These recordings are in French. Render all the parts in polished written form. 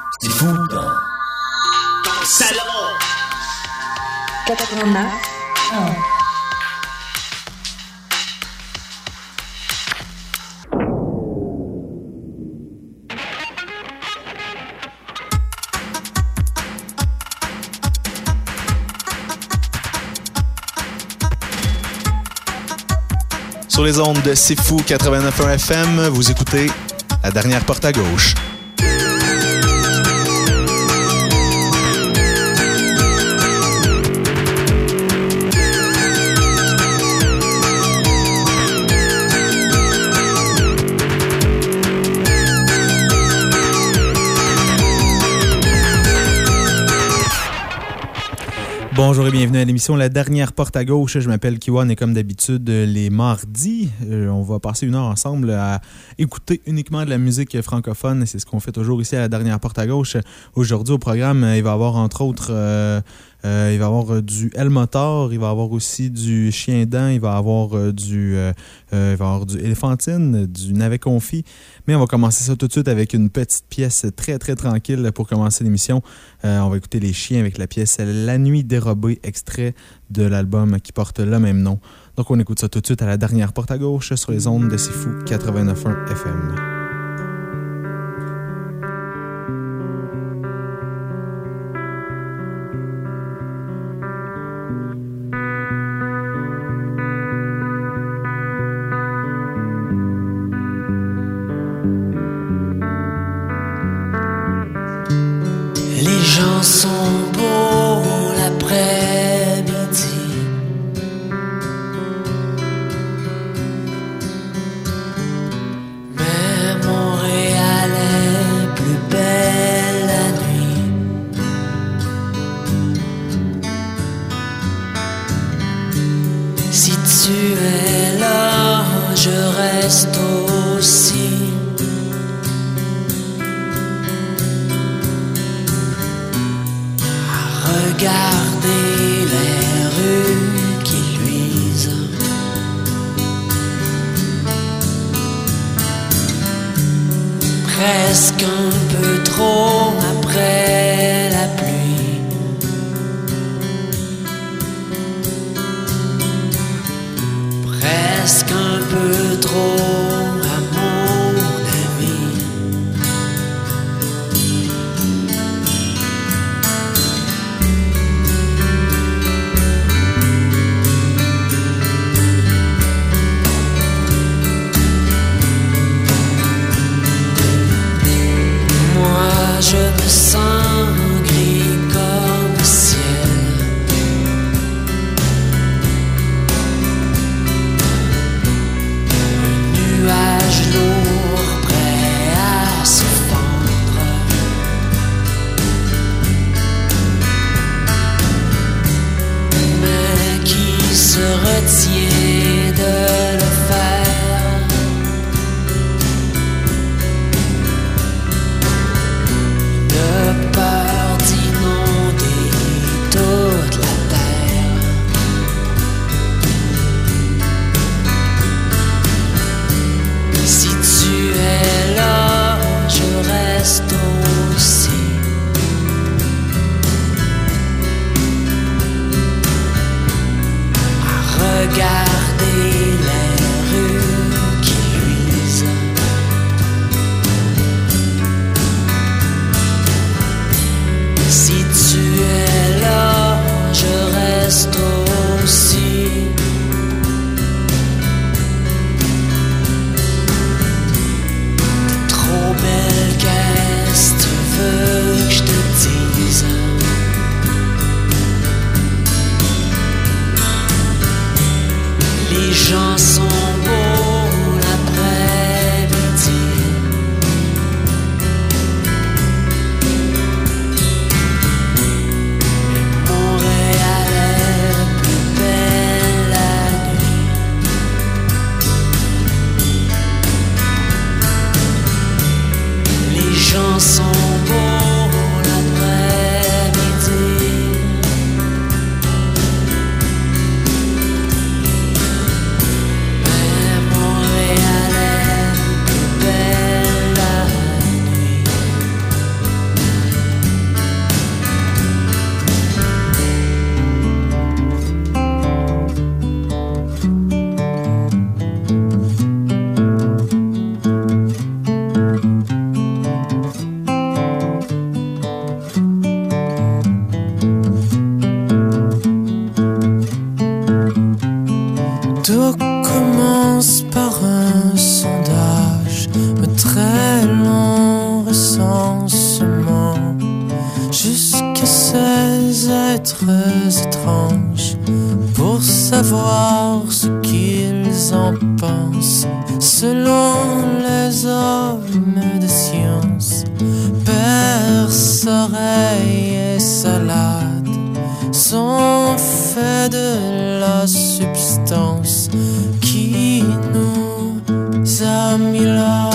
C'est fou dans ton salon. 89. Sur les ondes de C'est Fou 89.1 FM, vous écoutez La Dernière Porte à Gauche. Bonjour et bienvenue à l'émission La Dernière Porte à Gauche. Je m'appelle Kiwan et comme d'habitude, les mardis, on va passer une heure ensemble à écouter uniquement de la musique francophone. C'est ce qu'on fait toujours ici à La Dernière Porte à Gauche. Aujourd'hui au programme, il va y avoir entre autres... il va y avoir du El Motor, il va y avoir aussi du Chien Dent, il va y avoir du Éléphantine, du Navet Confit. Mais on va commencer ça tout de suite avec une petite pièce très très tranquille pour commencer l'émission. On va écouter Les Chiens avec la pièce La Nuit dérobée, extrait de l'album qui porte le même nom. Donc on écoute ça tout de suite à La Dernière Porte à Gauche sur les ondes de C'est Fou 89.1 FM. Les gens sont beaux l'après-midi. Mais Montréal est plus belle la nuit. Si tu es là, je reste aussi. Regardez les rues qui luisent. Presque un peu trop après la pluie. Presque un peu trop à mon avis. Je me sens gris comme le ciel. Un nuage lourd prêt à se fondre. Mais qui se retient de le faire? êtres étranges pour savoir ce qu'ils en pensent. Selon les hommes de science, perce, oreille et salade sont faits de la substance qui nous a mis là.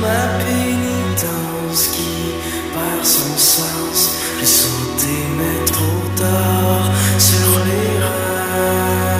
ma pénitence qui perd son sens. J'ai sauté mais trop tard sur les rails.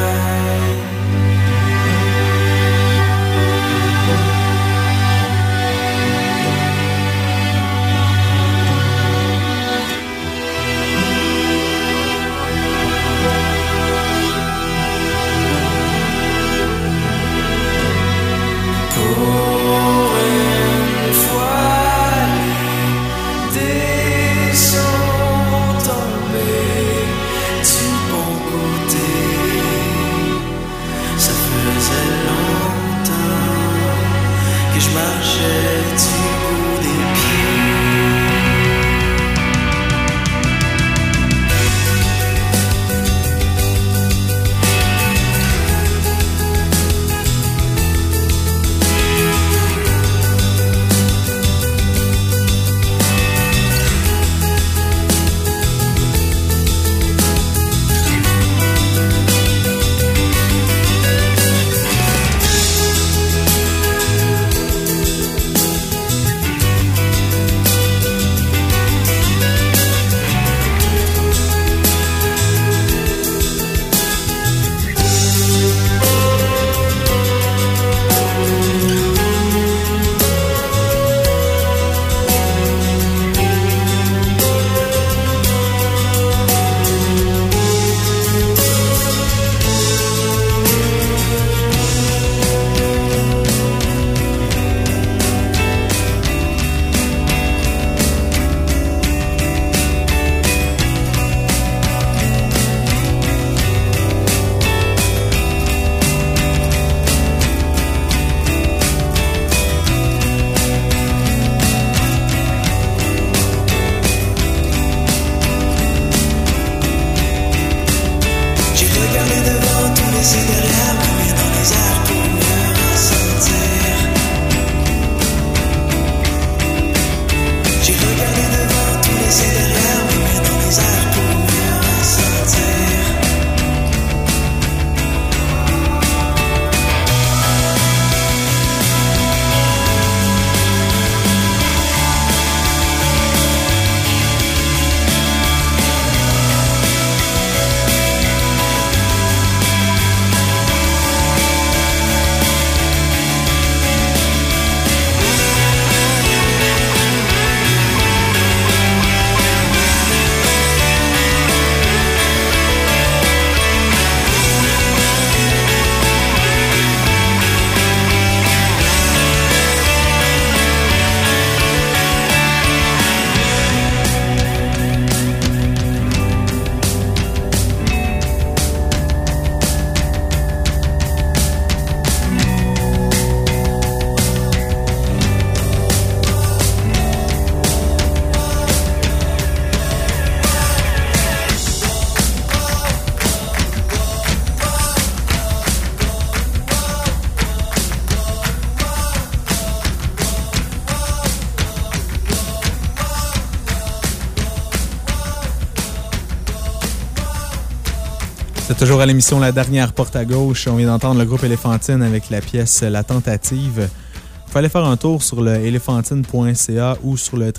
C'est toujours à l'émission La Dernière Porte à Gauche. On vient d'entendre le groupe Éléphantine avec la pièce La Tentative. Il fallait faire un tour sur le elephantine.ca ou sur le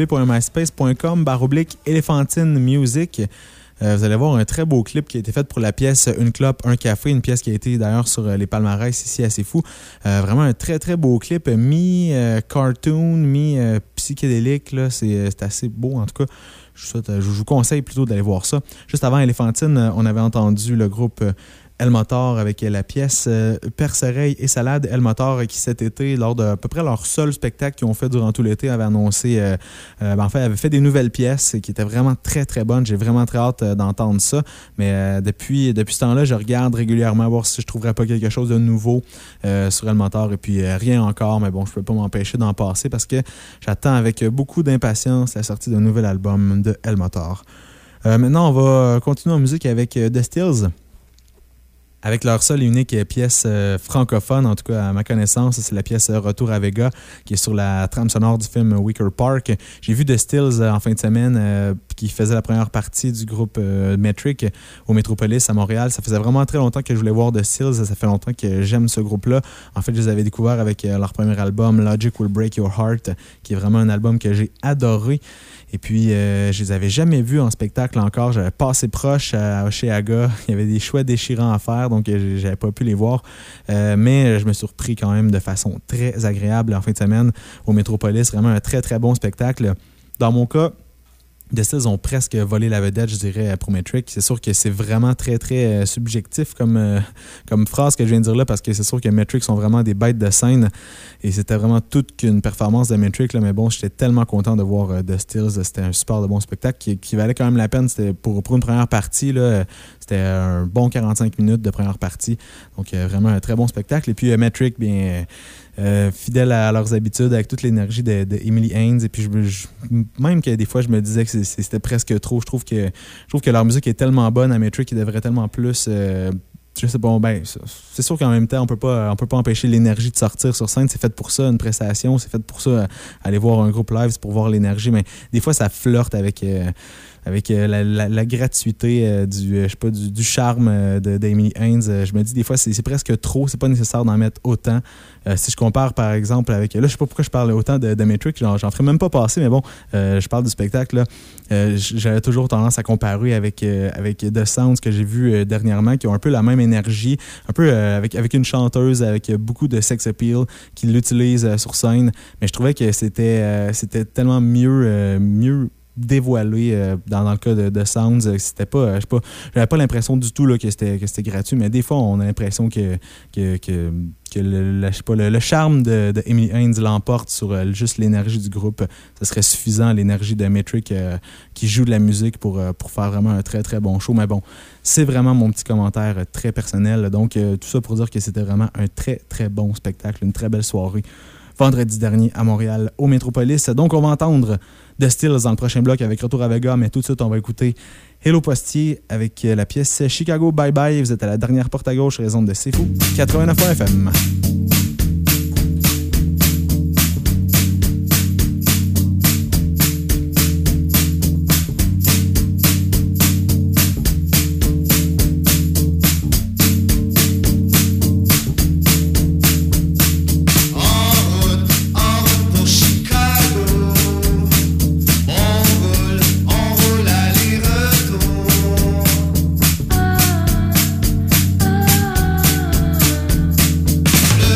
www.myspace.com/Elephantine Music. Vous allez voir un très beau clip qui a été fait pour la pièce Une clope, un café, une pièce qui a été d'ailleurs sur les palmarès ici à C'est Fou. Vraiment un très très beau clip, mi-cartoon, mi-psychédélique. C'est assez beau en tout cas. Je vous conseille plutôt d'aller voir ça. Juste avant Éléphantine, on avait entendu le groupe El Motor avec la pièce Perce-Oreille et Salade. El Motor qui cet été, lors de à peu près leur seul spectacle qu'ils ont fait durant tout l'été, avait annoncé, avait fait des nouvelles pièces qui étaient vraiment très très bonnes. J'ai vraiment très hâte d'entendre ça. Mais depuis ce temps-là, je regarde régulièrement voir si je trouverais pas quelque chose de nouveau sur El Motor. Et puis rien encore, mais bon, je peux pas m'empêcher d'en passer parce que j'attends avec beaucoup d'impatience la sortie d'un nouvel album de El Motor. Maintenant, on va continuer en musique avec The Stills. Avec leur seule et unique pièce francophone, en tout cas à ma connaissance, c'est la pièce Retour à Vega qui est sur la trame sonore du film Wicker Park. J'ai vu The Stills en fin de semaine qui faisait la première partie du groupe Metric au Métropolis à Montréal. Ça faisait vraiment très longtemps que je voulais voir The Stills. Ça fait longtemps que j'aime ce groupe-là. En fait, je les avais découverts avec leur premier album Logic Will Break Your Heart, qui est vraiment un album que j'ai adoré. Et puis, je les avais jamais vus en spectacle encore. J'avais passé proche à Oshéaga. Il y avait des choix déchirants à faire, donc j'avais pas pu les voir. Mais je me suis surpris quand même de façon très agréable en fin de semaine au Métropolis. Vraiment un très, très bon spectacle. Dans mon cas, The Stills ont presque volé la vedette, je dirais, pour Metric. C'est sûr que c'est vraiment très, très subjectif comme phrase que je viens de dire là, parce que c'est sûr que Metric sont vraiment des bêtes de scène et c'était vraiment toute qu'une performance de Metric. Là, mais bon, j'étais tellement content de voir The Stills. C'était un super de bon spectacle qui valait quand même la peine. C'était pour une première partie, là, c'était un bon 45 minutes de première partie. Donc, vraiment un très bon spectacle. Et puis, Metric, bien... fidèles à leurs habitudes, avec toute l'énergie de Emily Haynes. Et puis, même que des fois, je me disais que c'était presque trop. Je trouve que leur musique est tellement bonne à Metric qu'ils devraient tellement plus... je sais pas, ben, c'est sûr qu'en même temps, on peut pas empêcher l'énergie de sortir sur scène. C'est fait pour ça, une prestation. C'est fait pour ça, aller voir un groupe live, c'est pour voir l'énergie. Mais des fois, ça flirte avec la gratuité du charme d'Emily Haynes. Je me dis, des fois, c'est presque trop. C'est pas nécessaire d'en mettre autant. Si je compare, par exemple, avec... Là, je sais pas pourquoi je parle autant de Metric. J'en ferais même pas passer, mais bon, je parle du spectacle. Là. J'avais toujours tendance à comparer avec The Sounds que j'ai vu dernièrement, qui ont un peu la même énergie, un peu avec une chanteuse avec beaucoup de sex appeal qui l'utilise sur scène. Mais je trouvais que c'était tellement mieux dévoilé dans le cas de Sounds. C'était pas, je sais pas, j'avais pas l'impression du tout là, que c'était gratuit, mais des fois on a l'impression que le charme de Emily Haynes l'emporte sur juste l'énergie du groupe. Ce serait suffisant, l'énergie de Metric qui joue de la musique pour faire vraiment un très très bon show. Mais bon, c'est vraiment mon petit commentaire très personnel. Donc tout ça pour dire que c'était vraiment un très très bon spectacle, une très belle soirée vendredi dernier à Montréal au Métropolis. Donc on va entendre The Stills dans le prochain bloc avec Retour à Vega, mais tout de suite on va écouter Hello Postier avec la pièce Chicago Bye Bye. Vous êtes à la dernière porte à gauche sur les ondes de C'est Fou 89.1 FM. Le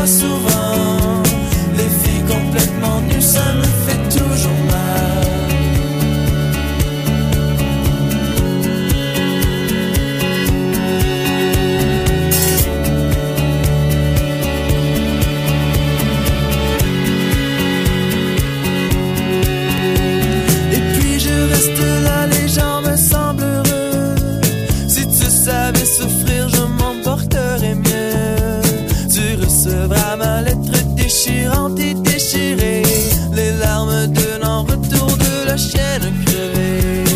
vois souvent les filles complètement nues, ça me fait toujours mal. Et puis je reste là, les gens me semblent heureux. Si tu savais souffrir, je m'emporterais mieux. Tu recevras ma lettre déchirante et déchirée, les larmes de non-retour de la chienne crevée.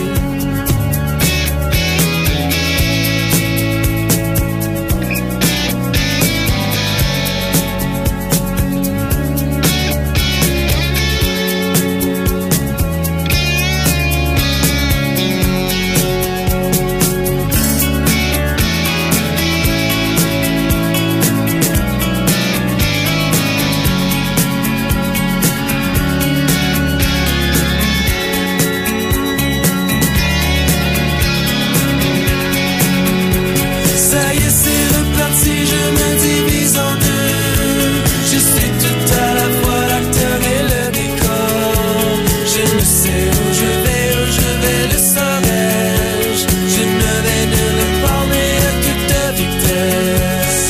Ça y est, c'est reparti, je me divise en deux. Je suis tout à la fois l'acteur et le décor. Je ne sais où je vais, le saurais-je. Je ne vais nulle part, mais à toute vitesse.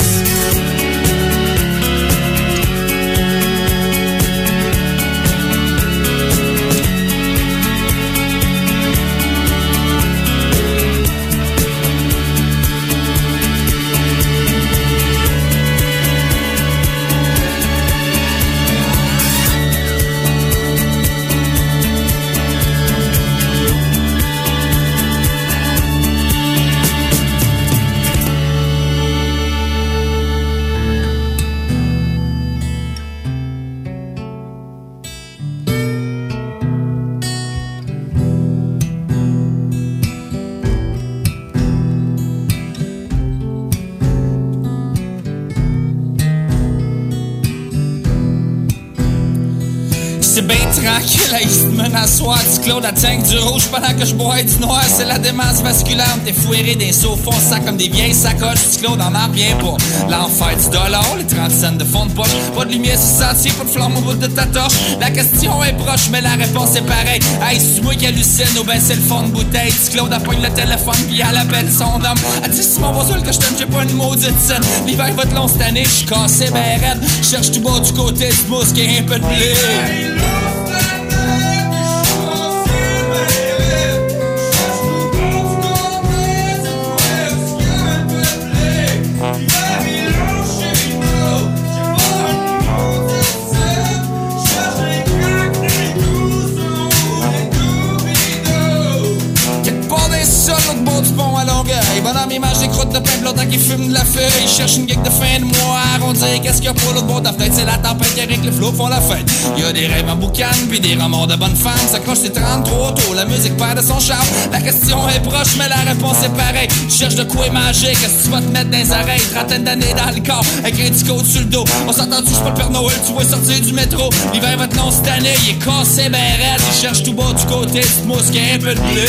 C'est bien tranquille, là, il se mène à soir du Claude à tank du rouge pendant que je bois du noir. C'est la démence vasculaire, t'es fouéré des sauts fonds, sac comme des vieilles sacoches. Du Claude en revient pas. L'enfer du dollar, les 30 cents de fond de poche. Pas de lumière sur le sentier, pas de flamme au bout de ta torche. La question est proche, mais la réponse est pareille. Hey, c'est moi qui hallucine ou ben c'est le fond de bouteille. Du Claude appogne le téléphone pis elle appelle son homme. Elle dit Simon Boisseul que je t'aime, j'ai pas une maudite scène. L'hiver va être long cette année, j'suis cassé ben raide. Cherche tout bas du côté du mousse qui est un peu de blé. Bonhomme, il mange des croûtes de pain blanc qui fume de la feuille. Il cherche une geek de fin de mois. Arrondir, qu'est-ce qu'il y a pour l'autre bord de la fenêtre? C'est la tempête qui avec les flots font la fête. Il y a des rêves en boucan, puis des remords de bonnes femmes. S'accroche, c'est 33 tôt. La musique perd de son charme. La question est proche, mais la réponse est pareille. Tu cherches de quoi manger, qu'est-ce que tu vas te mettre dans les oreilles? Trentaine d'années dans le corps, avec un petit code sur le dos. On s'entend-tu, j'suis pas le Père Noël, tu vois sortir du métro. L'hiver va être long cette année, il est cassé ben raide. Il cherche tout bas du côté, tu mousse qui a un peu de blé.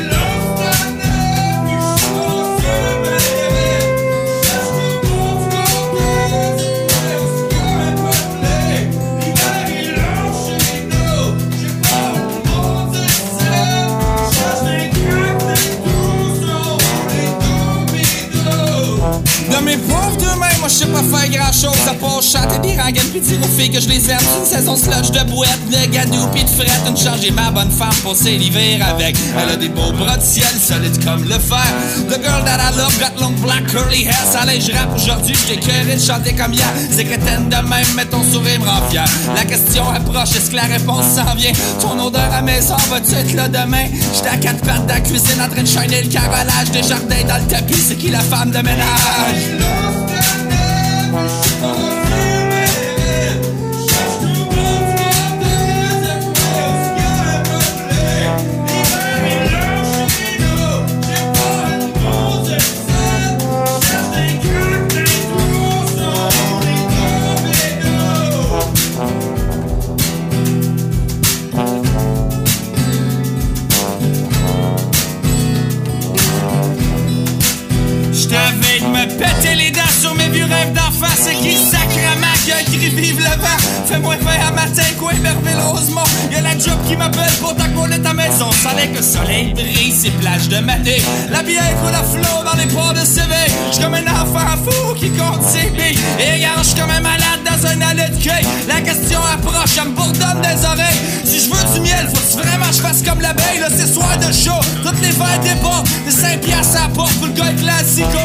De mes pauvres deux-mains, moi j'sais pas faire grand-chose à part chanter des rengaines pis dire aux filles que je les aime. Une saison slush de boîte, de gadou pis de frette. Une charge ma bonne femme passer l'hiver avec. Elle a des beaux bras de ciel, solides comme le fer. The girl that I love got long black curly hair. Ça allait, je rappe aujourd'hui, j't'ai cœuré de chanter comme hier. C'est crétaine de même, mais ton sourire me rend fier. La question approche, est-ce que la réponse s'en vient? Ton odeur à maison, vas-tu être là demain? J'étais à quatre pattes de la cuisine en train de shiner le carrelage des jardins dans le tapis. C'est qui la femme de ménage? écrit vive le vent. Fais-moi 20 à matin, quoi, Berville-Rosemont. Y'a la job qui m'appelle pour t'accorder ta maison. Fallait que le soleil brille, ces plages de maté. La bière coule à flot dans les ports de CV. J'suis comme un enfant fou qui compte ses billes. Et regarde, j'suis comme un malade dans un allée de quai. La question approche, elle me bourdonne des oreilles. Si je veux du miel, faut-tu vraiment je fasse comme l'abeille? Là, c'est soir de show, toutes les verres débordent. Des 5 piastres à la porte pour le gars classico.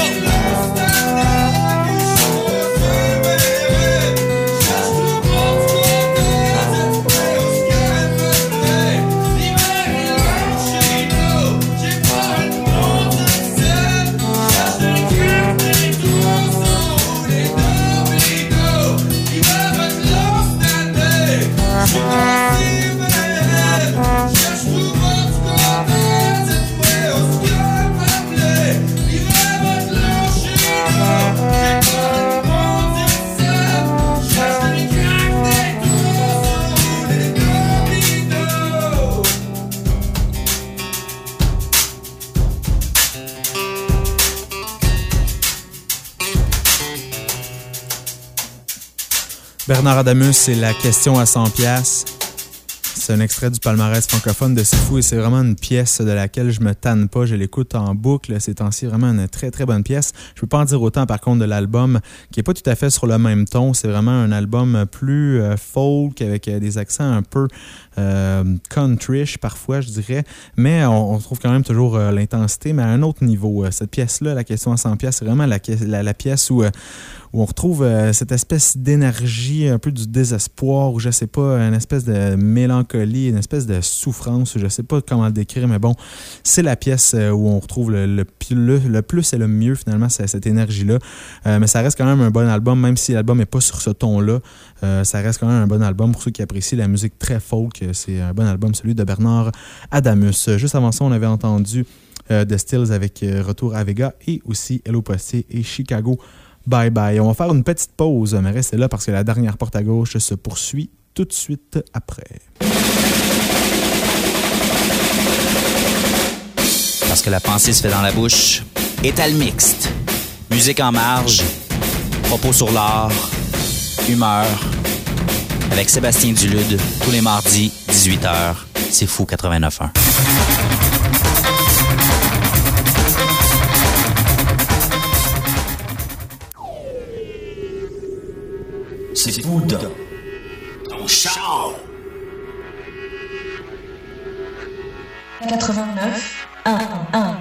Bernard Adamus, c'est la question à 100$. C'est un extrait du palmarès francophone de C'est Fou et c'est vraiment une pièce de laquelle je me tanne pas. Je l'écoute en boucle ces temps-ci. Vraiment une très, très bonne pièce. Je peux pas en dire autant, par contre, de l'album qui est pas tout à fait sur le même ton. C'est vraiment un album plus folk avec des accents un peu country parfois, je dirais. Mais on trouve quand même toujours l'intensité, mais à un autre niveau. Cette pièce-là, la question à 100$, c'est vraiment la pièce où on retrouve cette espèce d'énergie, un peu du désespoir, ou je sais pas, une espèce de mélancolie, une espèce de souffrance, je sais pas comment le décrire, mais bon, c'est la pièce où on retrouve le plus et le mieux, finalement, cette énergie-là. Mais ça reste quand même un bon album, même si l'album n'est pas sur ce ton-là. Ça reste quand même un bon album pour ceux qui apprécient la musique très folk. C'est un bon album, celui de Bernard Adamus. Juste avant ça, on avait entendu The Stills avec Retour à Vega et aussi Hello Postier et Chicago. Bye bye. On va faire une petite pause, mais restez là parce que la dernière porte à gauche se poursuit tout de suite après. Parce que la pensée se fait dans la bouche. Étal mixte. Musique en marge. Propos sur l'art. Humeur. Avec Sébastien Dulude, tous les mardis, 18h. C'est Fou 89.1. C'est fou dans ton char. 89.1.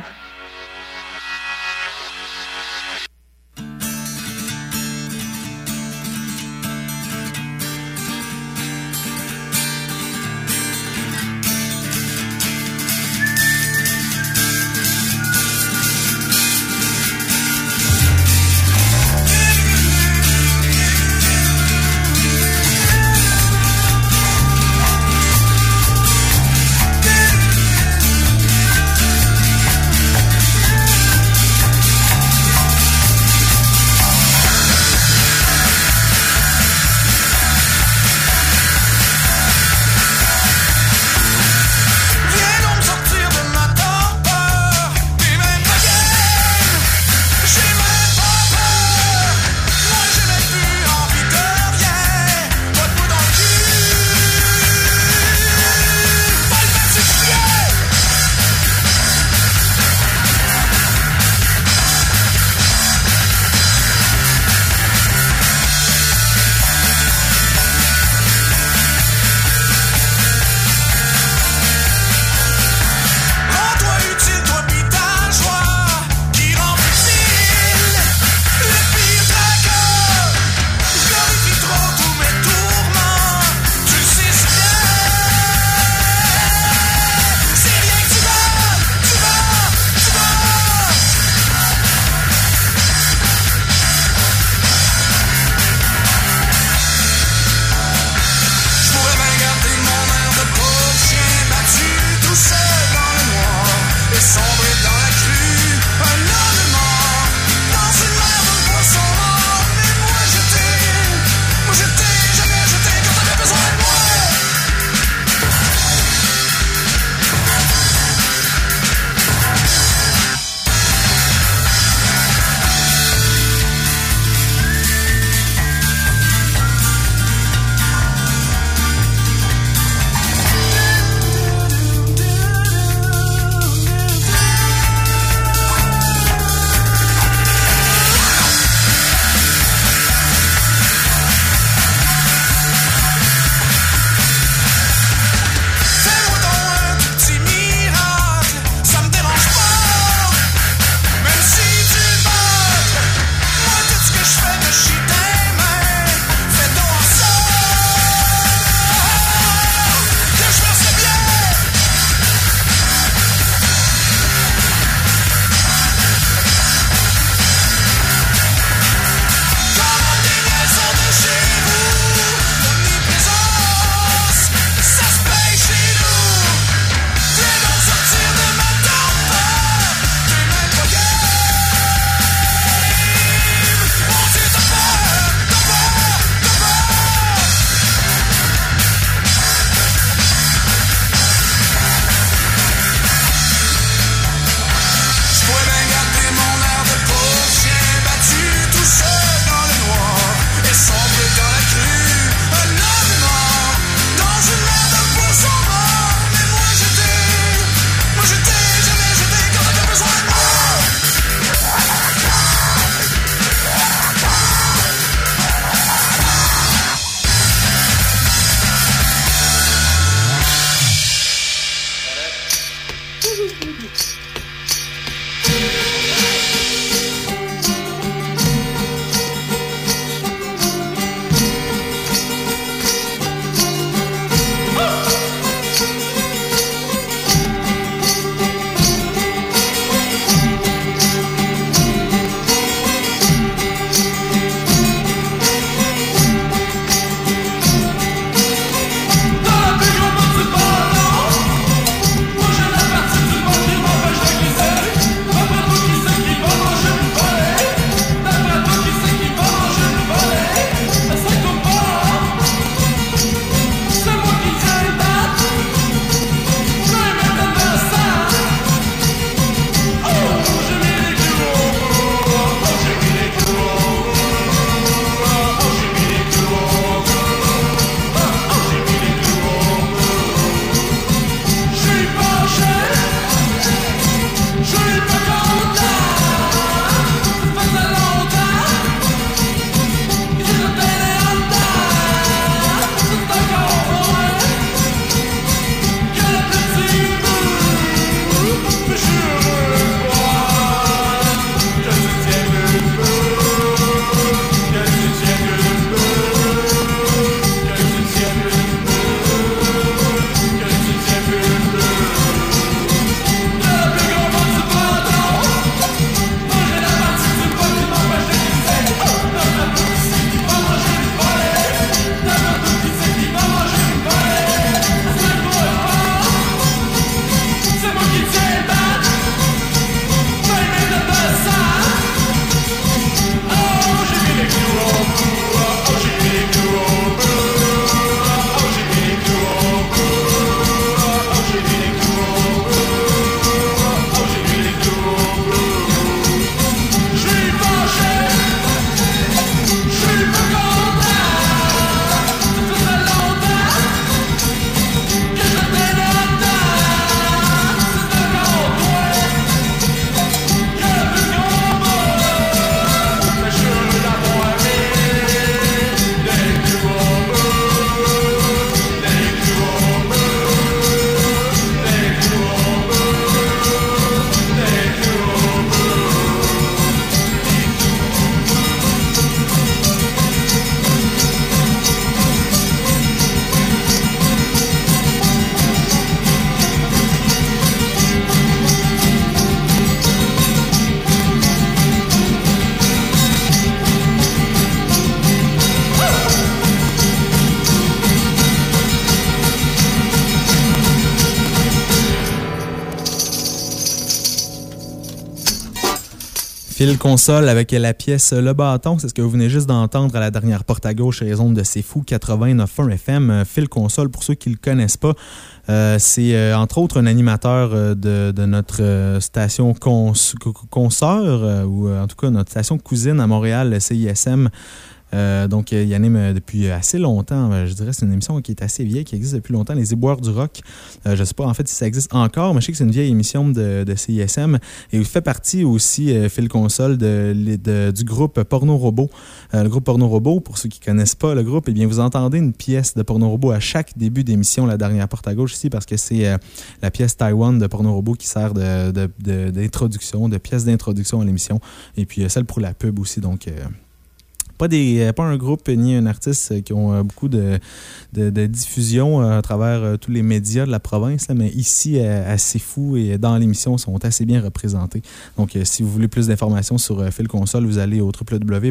Phil Console avec la pièce Le Bâton, c'est ce que vous venez juste d'entendre à la dernière porte à gauche sur les ondes de C'est Fou 89.1 FM. Phil Console, pour ceux qui ne le connaissent pas, c'est entre autres un animateur de notre station consoeur, ou en tout cas notre station cousine à Montréal, le CISM. Donc, il anime depuis assez longtemps. Je dirais que c'est une émission qui est assez vieille, qui existe depuis longtemps, Les Éboueurs du Rock. Je ne sais pas en fait si ça existe encore, mais je sais que c'est une vieille émission de CISM. Et il fait partie aussi, Phil Console, du groupe Porno Robot. Le groupe Porno Robot, pour ceux qui ne connaissent pas le groupe, eh bien, vous entendez une pièce de Porno Robot à chaque début d'émission, la dernière porte à gauche ici, parce que c'est la pièce Taïwan de Porno Robot qui sert d'introduction, de pièce d'introduction à l'émission. Et puis celle pour la pub aussi, donc... Pas un groupe ni un artiste qui ont beaucoup de diffusion à travers tous les médias de la province, là, mais ici, à C'est Fou et dans l'émission, sont assez bien représentés. Donc, si vous voulez plus d'informations sur Phil Console, vous allez au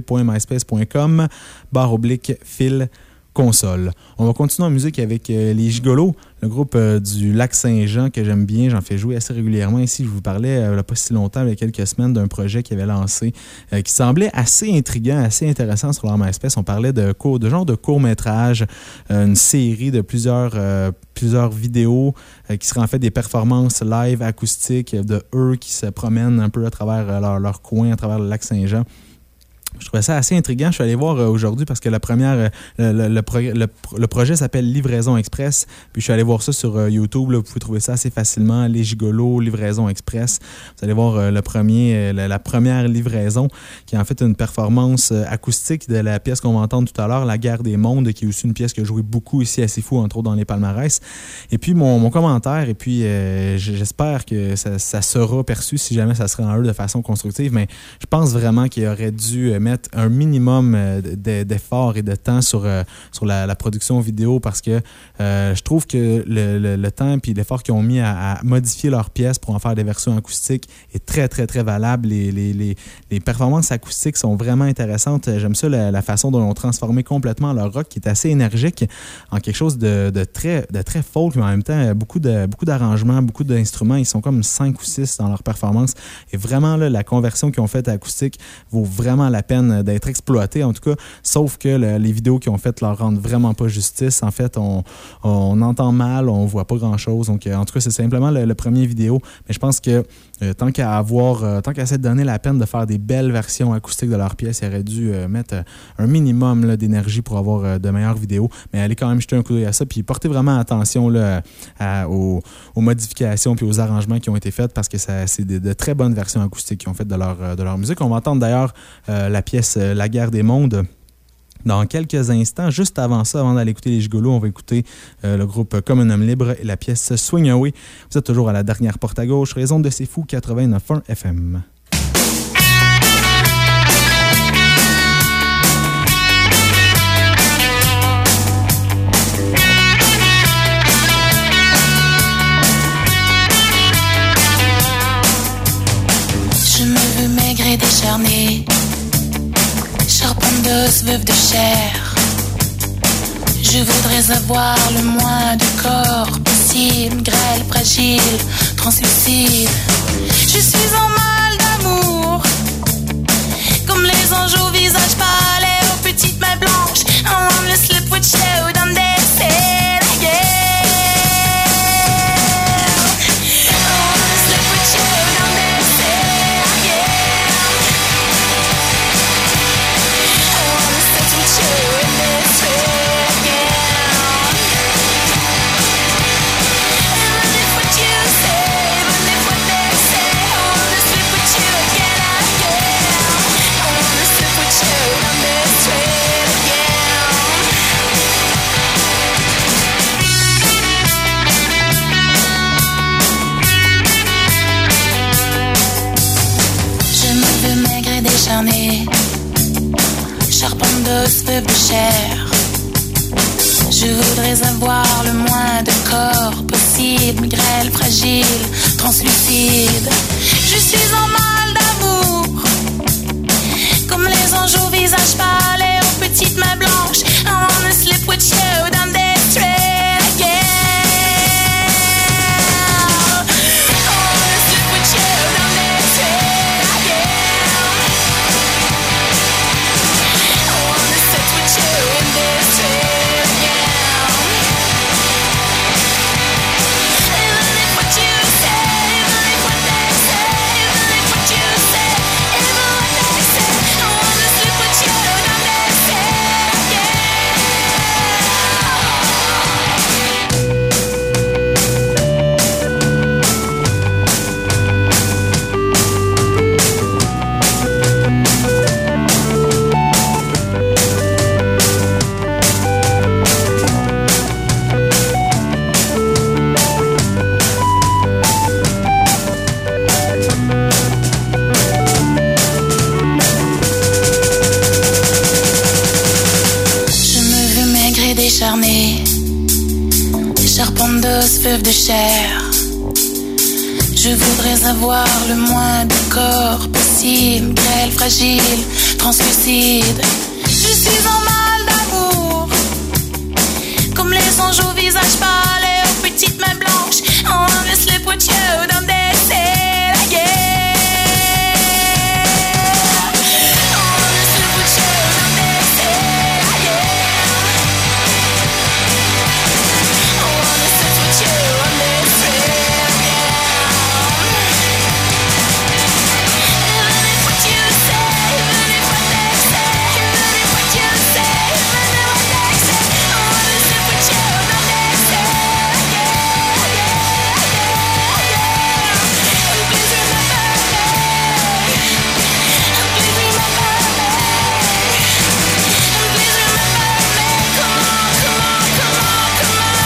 www.myspace.com/Phil Console. On va continuer en musique avec les Gigolos, le groupe du Lac-Saint-Jean que j'aime bien. J'en fais jouer assez régulièrement ici. Je vous parlais il n'y a pas si longtemps, il y a quelques semaines, d'un projet qu'ils avaient lancé qui semblait assez intriguant, assez intéressant sur leur MySpace. On parlait de genre de court-métrage, une série de plusieurs vidéos qui seraient en fait des performances live acoustiques de eux qui se promènent un peu à travers leur coin, à travers le Lac-Saint-Jean. Je trouvais ça assez intriguant. Je suis allé voir aujourd'hui parce que le projet s'appelle Livraison Express. Puis je suis allé voir ça sur YouTube. Là, vous pouvez trouver ça assez facilement. Les Gigolos, Livraison Express. Vous allez voir la première livraison qui est en fait une performance acoustique de la pièce qu'on va entendre tout à l'heure, La Guerre des Mondes, qui est aussi une pièce que je jouais beaucoup ici à C'est Fou, entre autres dans les palmarès. Et puis mon commentaire, et puis j'espère que ça sera perçu si jamais ça serait en eux de façon constructive, mais je pense vraiment qu'il aurait dû mettre un minimum d'efforts et de temps sur la production vidéo parce que je trouve que le temps et l'effort qu'ils ont mis à modifier leurs pièces pour en faire des versions acoustiques est très, très, très valable. Les performances acoustiques sont vraiment intéressantes. J'aime ça, la façon dont ils ont transformé complètement leur rock, qui est assez énergique, en quelque chose de très folk, mais en même temps, beaucoup d'arrangements, beaucoup d'instruments. Ils sont comme 5 ou 6 dans leur performance. Et vraiment, là, la conversion qu'ils ont faite à acoustique vaut vraiment la peine d'être exploité, en tout cas, sauf que les vidéos qu'ils ont faites leur rendent vraiment pas justice. En fait, on entend mal, on voit pas grand-chose. Donc, en tout cas, c'est simplement le premier vidéo. Mais je pense que tant qu'à s'être donné la peine de faire des belles versions acoustiques de leurs pièces, ils auraient dû mettre un minimum là, d'énergie pour avoir de meilleures vidéos. Mais allez quand même jeter un coup d'œil à ça, puis portez vraiment attention là, aux modifications puis aux arrangements qui ont été faits parce que c'est de très bonnes versions acoustiques qu'ils ont faites de leur musique. On va entendre d'ailleurs la pièce La Guerre des Mondes dans quelques instants. Juste avant ça, avant d'aller écouter les Gigolos, on va écouter le groupe Comme un homme libre et la pièce Swing Away. Vous êtes toujours à la dernière porte à gauche, sur les ondes de C'est Fou 89.1 FM. Je me veux maigre et décharné, charpente d'os, veuve de chair. Je voudrais avoir le moins de corps possible, grêle, fragile, translucide. Je suis en mal d'amour, comme les anges au visage pâle et aux petites mains blanches. I wanna slip with you down there, say it again. Charpente d'os, veuve de chair. Je voudrais avoir le moins de corps possible, grêle, fragile, translucide. Je suis en mal d'amour, comme les anges au visage pâle et aux petites mains blanches. I wanna slip with you down the trail again. I wanna slip with you down the trail again. décharnée, charpente d'os, veuve de chair. Je voudrais avoir le moins de corps possible, grêle, fragile, translucide. Je suis en mal d'amour, comme les anges au visage pâle et aux petites mains blanches. On laisse les potiers dans des la guerre. On laisse les potiers dans des la guerre. On laisse les potiers dans des la guerre. Venez what you say, venez what they say, venez what you say, venez what they say. On laisse les potiers dans des la guerre. Please remember me. Please remember me. Please remember me. Come on, come on, come on, come on.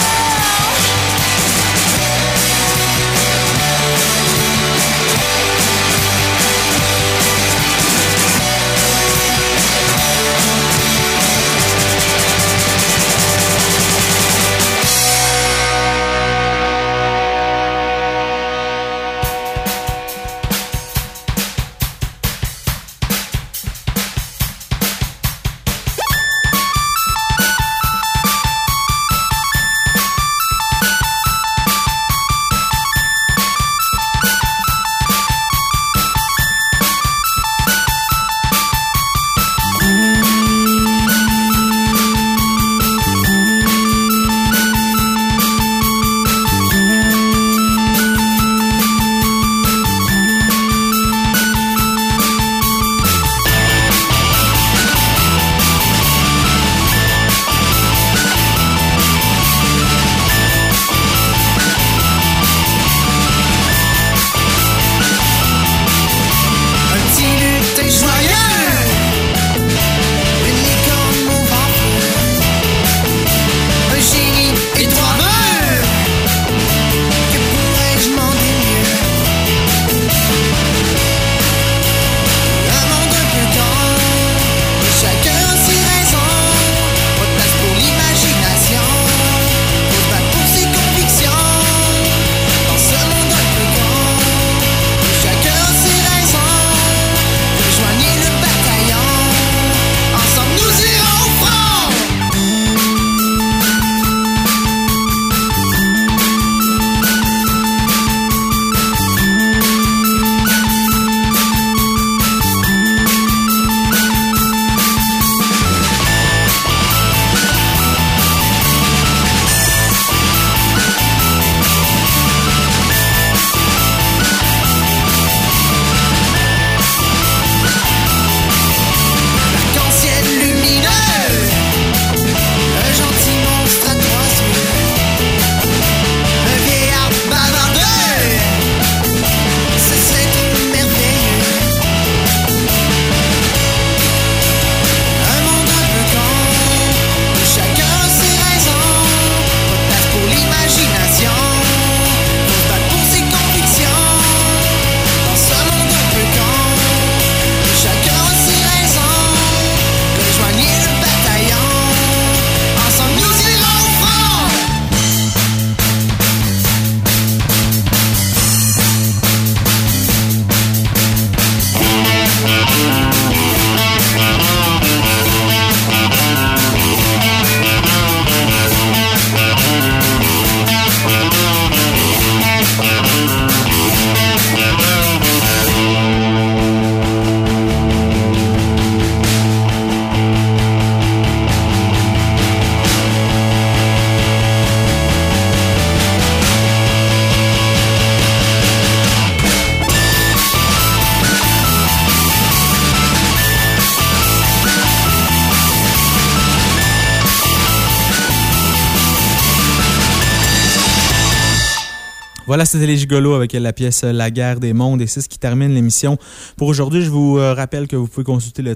Voilà, c'était les Gigolos avec la pièce La guerre des mondes et c'est ce qui termine l'émission. Pour aujourd'hui, je vous rappelle que vous pouvez consulter le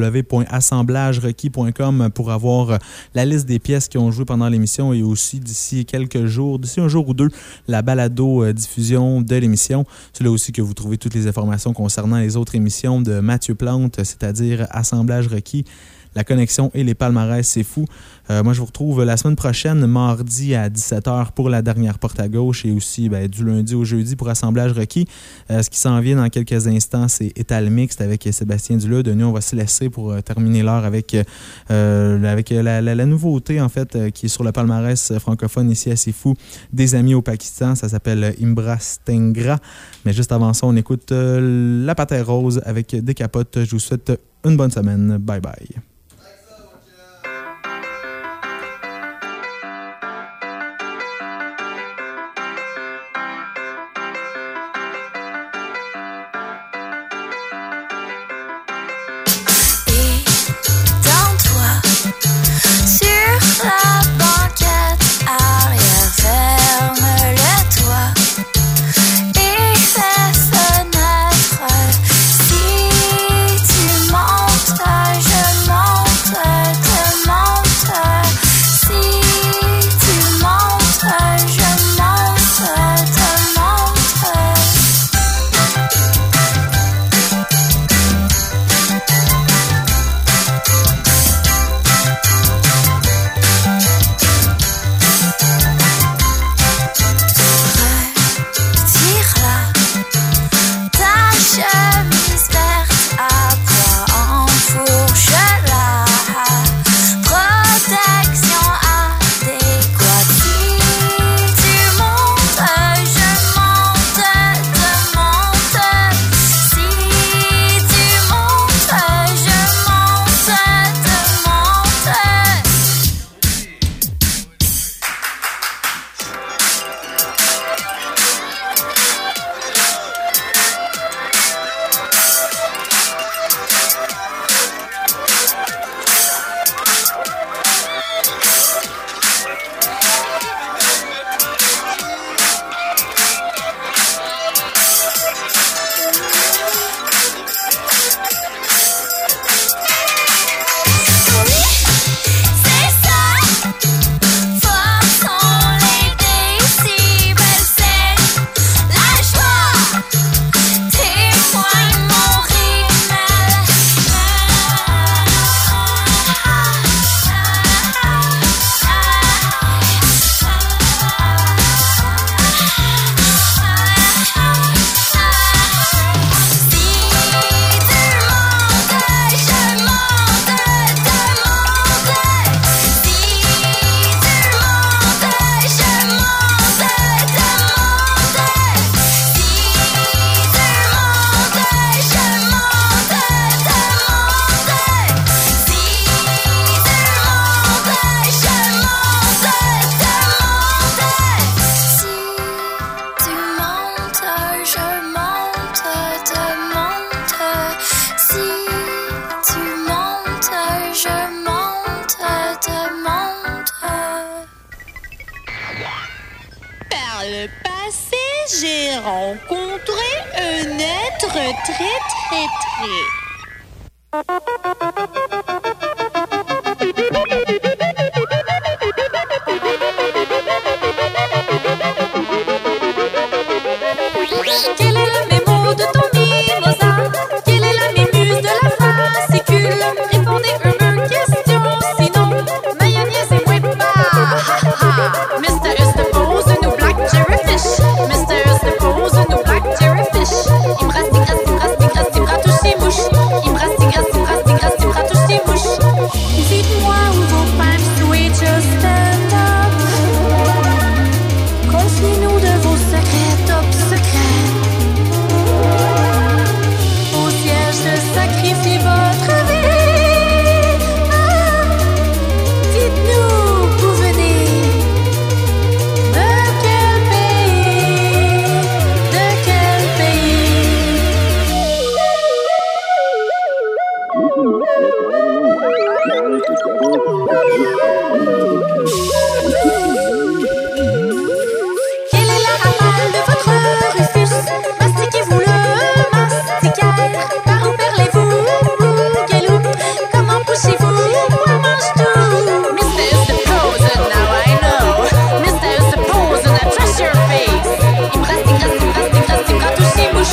www.assemblagerequis.com pour avoir la liste des pièces qui ont joué pendant l'émission et aussi d'ici quelques jours, d'ici un jour ou deux, la balado-diffusion de l'émission. C'est là aussi que vous trouvez toutes les informations concernant les autres émissions de Mathieu Plante, c'est-à-dire Assemblage requis, La connexion et les palmarès, c'est fou. Moi, je vous retrouve la semaine prochaine, mardi à 17h pour la dernière porte à gauche et aussi du lundi au jeudi pour Assemblage requis. Ce qui s'en vient dans quelques instants, c'est Étal Mixte avec Sébastien Dulude. Nous, on va se laisser pour terminer l'heure avec la nouveauté, en fait, qui est sur le palmarès francophone ici à C'est Fou, des amis au Pakistan. Ça s'appelle Imbra Stengra. Mais juste avant ça, on écoute La Patère Rose avec Des Capotes. Je vous souhaite une bonne semaine. Bye bye.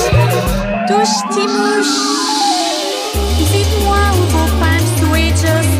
Dites-moi où vos pipes switches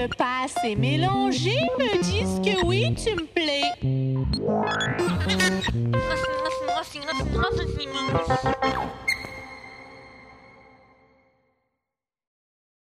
pas assez mélangé me disent que oui, tu me plais.